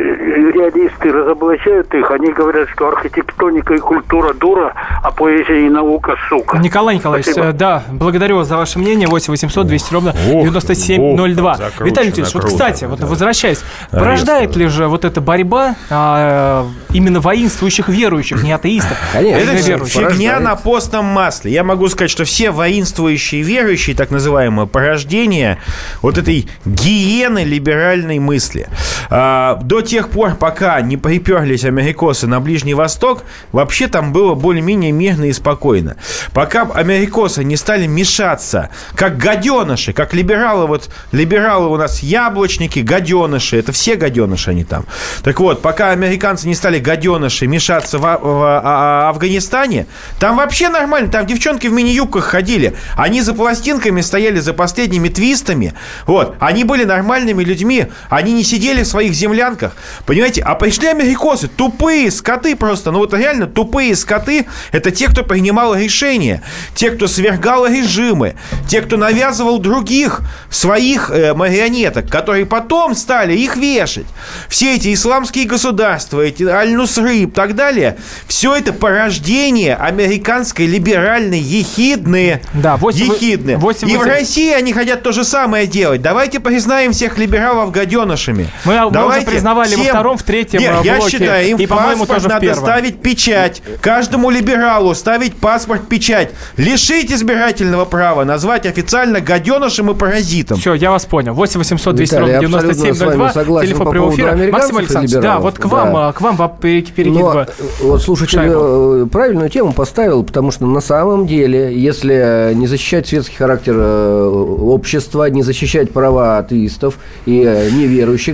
э, реалисты разоблачают их, они говорят, что архитектоника и культура дура, а поэзия и наука сука. Николай Николаевич, Спасибо. да, благодарю вас за ваше мнение. восемь восемьсот двести ровно девяносто семь ноль два. Виталий Николаевич, вот, кстати, вот возвращаясь, порождает ли же вот эта борьба а, именно воинствующих верующих, не атеистов? Это фигня на постном масле. Я могу сказать, что все воинствующие верующие, так называемые, порождение вот этой гиены либеральной мысли. А, до тех пор, пока не приперлись америкосы на Ближний Восток, вообще там было более-менее мирно и спокойно. Пока америкосы не стали мешаться, как гаденыши, как либералы, вот либералы у нас яблочники, гаденыши, это все гаденыши они там. Так вот, пока американцы не стали гаденыши мешаться в, в, в, в Афганистане, там вообще нормально, там девчонки в мини-юбках ходили, они за пластинками стояли, за последними твистами, вот, они были нормальными людьми, они не сидели в своих землянках, понимаете, а пришли америкосы, тупые скоты просто, ну вот реально тупые скоты, это те, кто принимал решения, те, кто свергал режимы, те, кто навязывал других своих э, марионеток, которые потом стали их вешать. Все эти исламские государства, эти Аль-Нусры и так далее, все это порождение американской либеральной ехидны, да, восемь, ехидны. восемь, и восемь. в России они хотят то же самое делать. Давайте признаем всех либералов гаденышами. Мы, мы Давайте уже признавали всем... во втором, в третьем Нет, блоке. я считаю, им и, в паспорт тоже надо в первом. ставить печать. Каждому либералу ставить паспорт, печать. Лишить избирательного права, назвать официально гаденышем и паразитом. Все, я вас понял. восемь восемьсот двести ровно девяносто семь ноль два. Телефон по прямого эфира. Максим Александрович, да, вот к вам, да. к вам перекидываю. Вот слушатель правильную тему поставил, потому что на самом деле, если не защищать светский характер общества, не защищать права атеистов и неверующих граждан,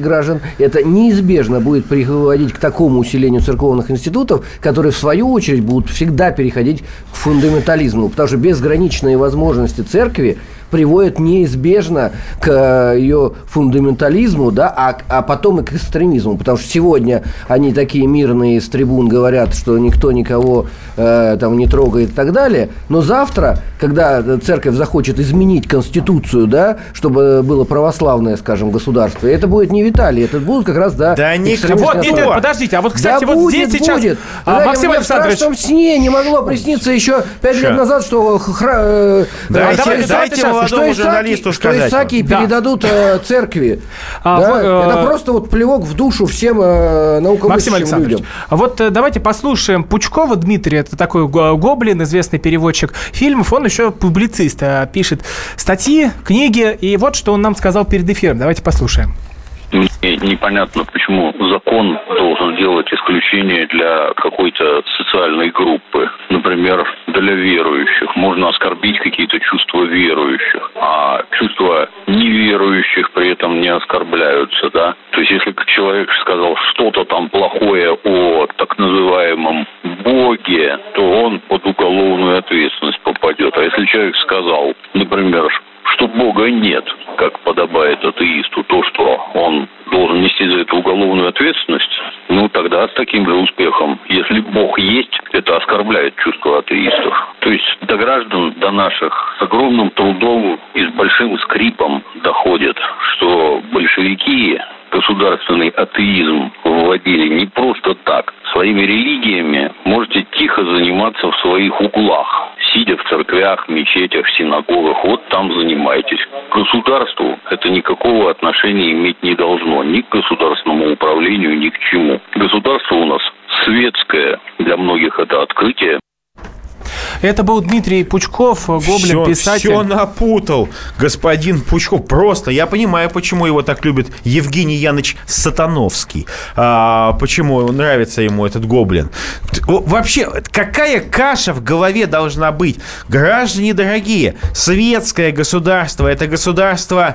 это неизбежно будет приводить к такому усилению церковных институтов, которые, в свою очередь, будут всегда переходить к фундаментализму, потому что безграничные возможности церкви приводит неизбежно к ее фундаментализму, да, а, а потом и к экстремизму. Потому что сегодня они такие мирные с трибун говорят, что никто никого э, там не трогает и так далее. Но завтра, когда церковь захочет изменить конституцию, да, чтобы было православное, скажем, государство, это будет не Виталий, это будут как раз, да, да вот, нет, нет, подождите, а вот, кстати, да вот будет, здесь сейчас... Будет. А, да, Максим мне Александрович... в страшном сне не могло присниться еще пять лет назад, что... Хра... Дайте, дайте, дайте молодому что журналисту Исаки, сказать. Что Исаки да. передадут э, церкви. А, да? вы, э... Это просто вот плевок в душу всем э, наукомыслящим людям. Вот э, давайте послушаем Пучкова Дмитрия. Это такой гоблин, известный переводчик фильмов. Он еще публицист, э, пишет статьи, книги. И вот что он нам сказал перед эфиром. Давайте послушаем. Мне непонятно, почему закон должен делать исключение для какой-то социальной группы. Например, для верующих. Можно оскорбить какие-то чувства верующих, а чувства неверующих при этом не оскорбляются, да? То есть, если человек сказал что-то там плохое о так называемом Боге, то он под уголовную ответственность попадет. А если человек сказал, например, что Бога нет, как подобает атеисту, то, что он должен нести за это уголовную ответственность, ну, тогда с таким же успехом. Если Бог есть, это оскорбляет чувства атеистов. То есть до граждан, до наших с огромным трудом и с большим скрипом доходит, что большевики государственный атеизм вводили не просто так. Своими религиями можете тихо заниматься в своих углах, сидя в церквях, мечетях, синагогах. Вот там занимайтесь. К государству это никакого отношения иметь не должно. Ни к государственному управлению, ни к чему. Государство у нас светское. Для многих это открытие. Это был Дмитрий Пучков, гоблин, все, писатель. Все напутал, господин Пучков. Просто я понимаю, почему его так любит Евгений Яныч Сатановский. А, почему нравится ему этот гоблин. Вообще, какая каша в голове должна быть? Граждане дорогие, светское государство – это государство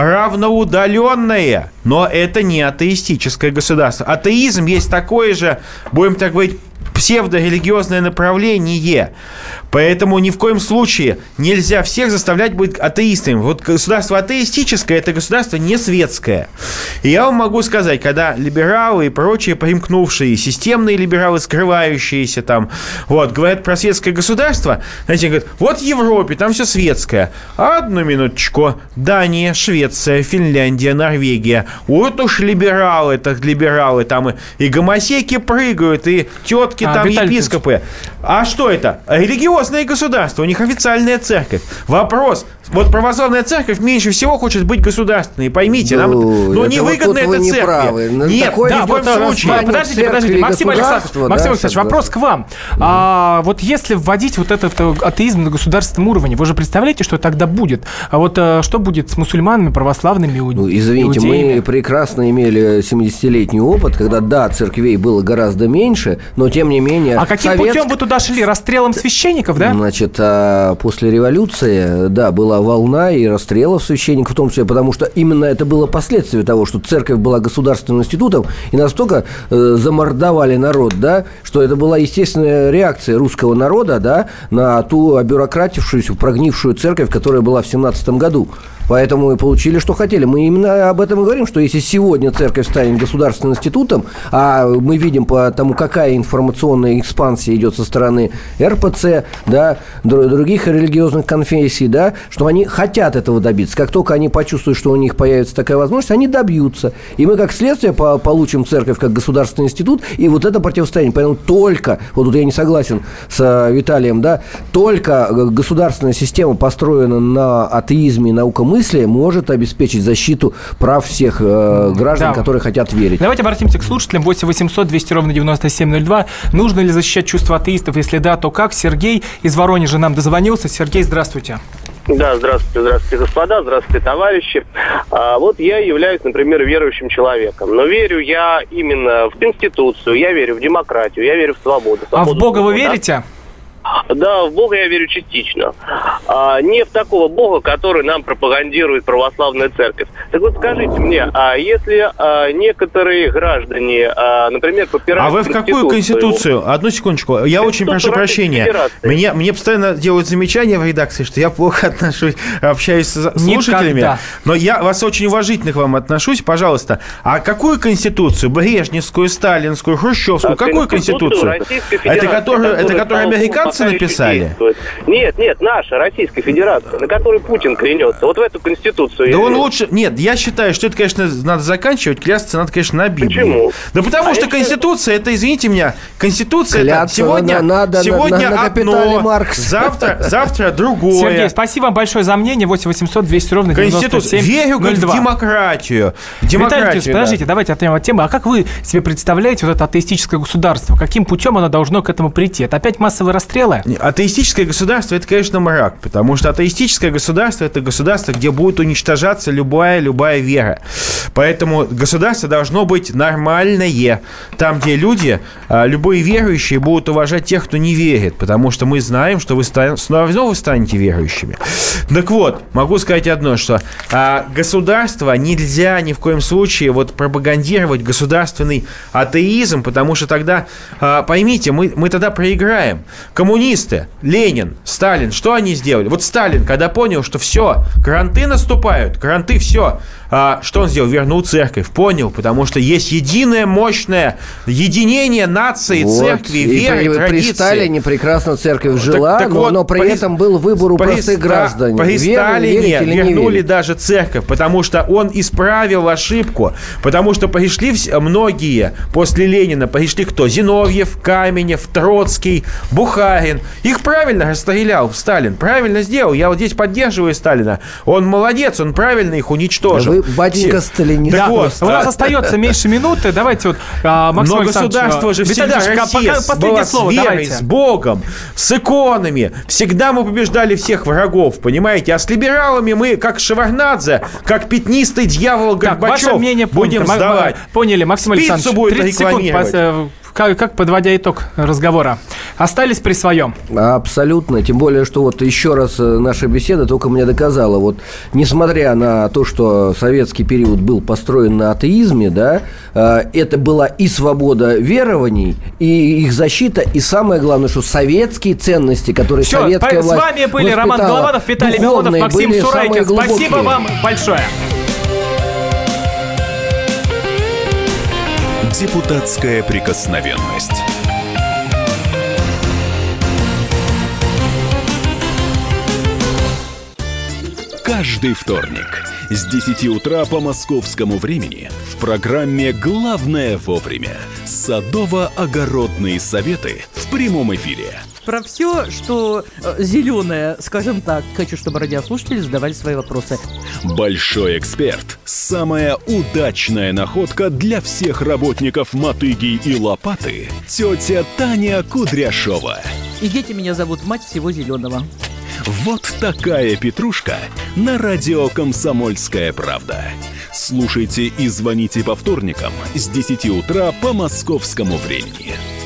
равноудаленное, но это не атеистическое государство. Атеизм есть такое же, будем так говорить, псевдорелигиозное направление. Поэтому ни в коем случае нельзя всех заставлять быть атеистами. Вот государство атеистическое – это государство не светское. И я вам могу сказать, когда либералы и прочие примкнувшие, системные либералы, скрывающиеся там, вот, говорят про светское государство, знаете, говорят, вот в Европе там все светское. Одну минуточку. Дания, Швеция, Финляндия, Норвегия. Вот уж либералы, так либералы. Там и, и гомосеки прыгают, и тетки а, там, Виталий епископы. А что это? Религиозное государство, у них официальная церковь. Вопрос. Вот православная церковь меньше всего хочет быть государственной. Поймите, нам ну, невыгодно вот это церкви. Нет, да, в коем случае. Подождите, подождите. Максим Александрович, да, Максим Александрович, вопрос к вам. Да. А, вот если вводить вот этот атеизм на государственном уровне, вы же представляете, что тогда будет? А вот а, что будет с мусульманами, православными, ну, извините, иудеями? Мы прекрасно имели семидесятилетний опыт, когда, да, церквей было гораздо меньше, но тем не менее... А каким совет... путем вы туда шли? Расстрелом священников, да? Значит, а, после революции, да, была волна и расстрелов священников, в том числе, потому что именно это было последствие того, что церковь была государственным институтом, и настолько э, замордовали народ, да, что это была естественная реакция русского народа, да, на ту обюрократившуюся, прогнившую церковь, которая была в семнадцатом году. Поэтому мы получили, что хотели. Мы именно об этом и говорим, что если сегодня церковь станет государственным институтом, а мы видим по тому, какая информационная экспансия идет со стороны эр пэ цэ, да, других религиозных конфессий, да, что они хотят этого добиться. Как только они почувствуют, что у них появится такая возможность, они добьются. И мы, как следствие, получим церковь как государственный институт, и вот это противостояние. Поэтому только, вот тут я не согласен с Виталием, да, только государственная система построена на атеизме и наукомыслии, может обеспечить защиту прав всех э, граждан, да, которые хотят верить. Давайте обратимся к слушателям. восемь восемьсот двести ровно девяносто семь ноль два. Нужно ли защищать чувства атеистов? Если да, то как? Сергей из Воронежа нам дозвонился. Сергей, здравствуйте. Да, здравствуйте, здравствуйте, господа, здравствуйте, товарищи. А, вот я являюсь, например, верующим человеком, но верю я именно в Конституцию, я верю в демократию, я верю в свободу. свободу а в Бога слова, вы верите? Да? Да, в Бога я верю частично. А не в такого Бога, который нам пропагандирует православная церковь. Так вот скажите мне, а если а, некоторые граждане, а, например, попирают... А вы в какую конституцию? Одну секундочку. Я очень прошу прощения. Мне, мне постоянно делают замечания в редакции, что я плохо отношусь, общаюсь с слушателями. Никогда. Но я вас очень уважительно к вам отношусь. Пожалуйста, а какую конституцию? Брежневскую, сталинскую, хрущевскую? А какую конституцию? Это которую, это которую американцы написали? Нет, нет, наша Российская Федерация, на которой Путин клянется. Вот в эту конституцию. Да он лучше... Нет, я считаю, что это, конечно, надо заканчивать. Клясться надо, конечно, на Библии. Почему? Да потому а что конституция, это, извините меня, конституция это сегодня, надо, сегодня на, на одно, Маркс. завтра, завтра другое. Сергей, спасибо вам большое за мнение. восемь восемьсот двести ровно девяносто семь Верю в демократию. Виталий Юрьевич, да. подождите, давайте отойдем от темы. А как вы себе представляете вот это атеистическое государство? Каким путем оно должно к этому прийти? Это опять массовые расстрелы? Атеистическое государство – это, конечно, мрак, потому что атеистическое государство – это государство, где будет уничтожаться любая, любая вера. Поэтому государство должно быть нормальное, там, где люди, любые верующие, будут уважать тех, кто не верит, потому что мы знаем, что вы снова станете верующими. Так вот, могу сказать одно, что а, государство нельзя ни в коем случае вот пропагандировать государственный атеизм, потому что тогда, а, поймите, мы, мы тогда проиграем. Коммунисты, Ленин, Сталин, что они сделали? Вот Сталин, когда понял, что все, кранты наступают, кранты, все, а, что он сделал? Вернул церковь. Понял, потому что есть единое, мощное единение нации, вот, церкви, веры, при, традиции. При Сталине прекрасно церковь жила, так, так но, вот, но при, при этом был выбор у простых граждан. При Сталине вернули не даже церковь, потому что он исправил ошибку, потому что пришли многие после Ленина, пришли кто? Зиновьев, Каменев, Троцкий, Бухарин. Их правильно расстрелял Сталин, правильно сделал. Я вот здесь поддерживаю Сталина. Он молодец, он правильно их уничтожил. Вы, батенька сталинист. Да, вот, у нас остается меньше минуты. Давайте вот, а, Максим Но государство же всегда Россия была с верой, давайте. С Богом, с иконами. Всегда мы побеждали всех врагов, понимаете? А с либералами мы, как Шеварднадзе, как пятнистый дьявол Горбачев, ваше мнение будем поняли. сдавать. Поняли, Максим Александрович. тридцать секунд. Как, как, подводя итог разговора, остались при своем? Абсолютно. Тем более, что вот еще раз наша беседа только мне доказала, вот несмотря на то, что советский период был построен на атеизме, да, это была и свобода верований, и их защита, и самое главное, что советские ценности, которые Все, советская власть с вами были Роман Голованов, Виталий Милонов, Максим Сурайкин. Спасибо вам большое. Депутатская прикосновенность. Каждый вторник с десяти утра по московскому времени в программе «Главное вовремя» садово-огородные советы в прямом эфире. Про все, что э, зеленое, скажем так, хочу, чтобы радиослушатели задавали свои вопросы. Большой эксперт. Самая удачная находка для всех работников мотыги и лопаты. Тетя Таня Кудряшова. И дети меня зовут мать всего зеленого. Вот такая петрушка на радио «Комсомольская правда». Слушайте и звоните по вторникам с десяти утра по московскому времени.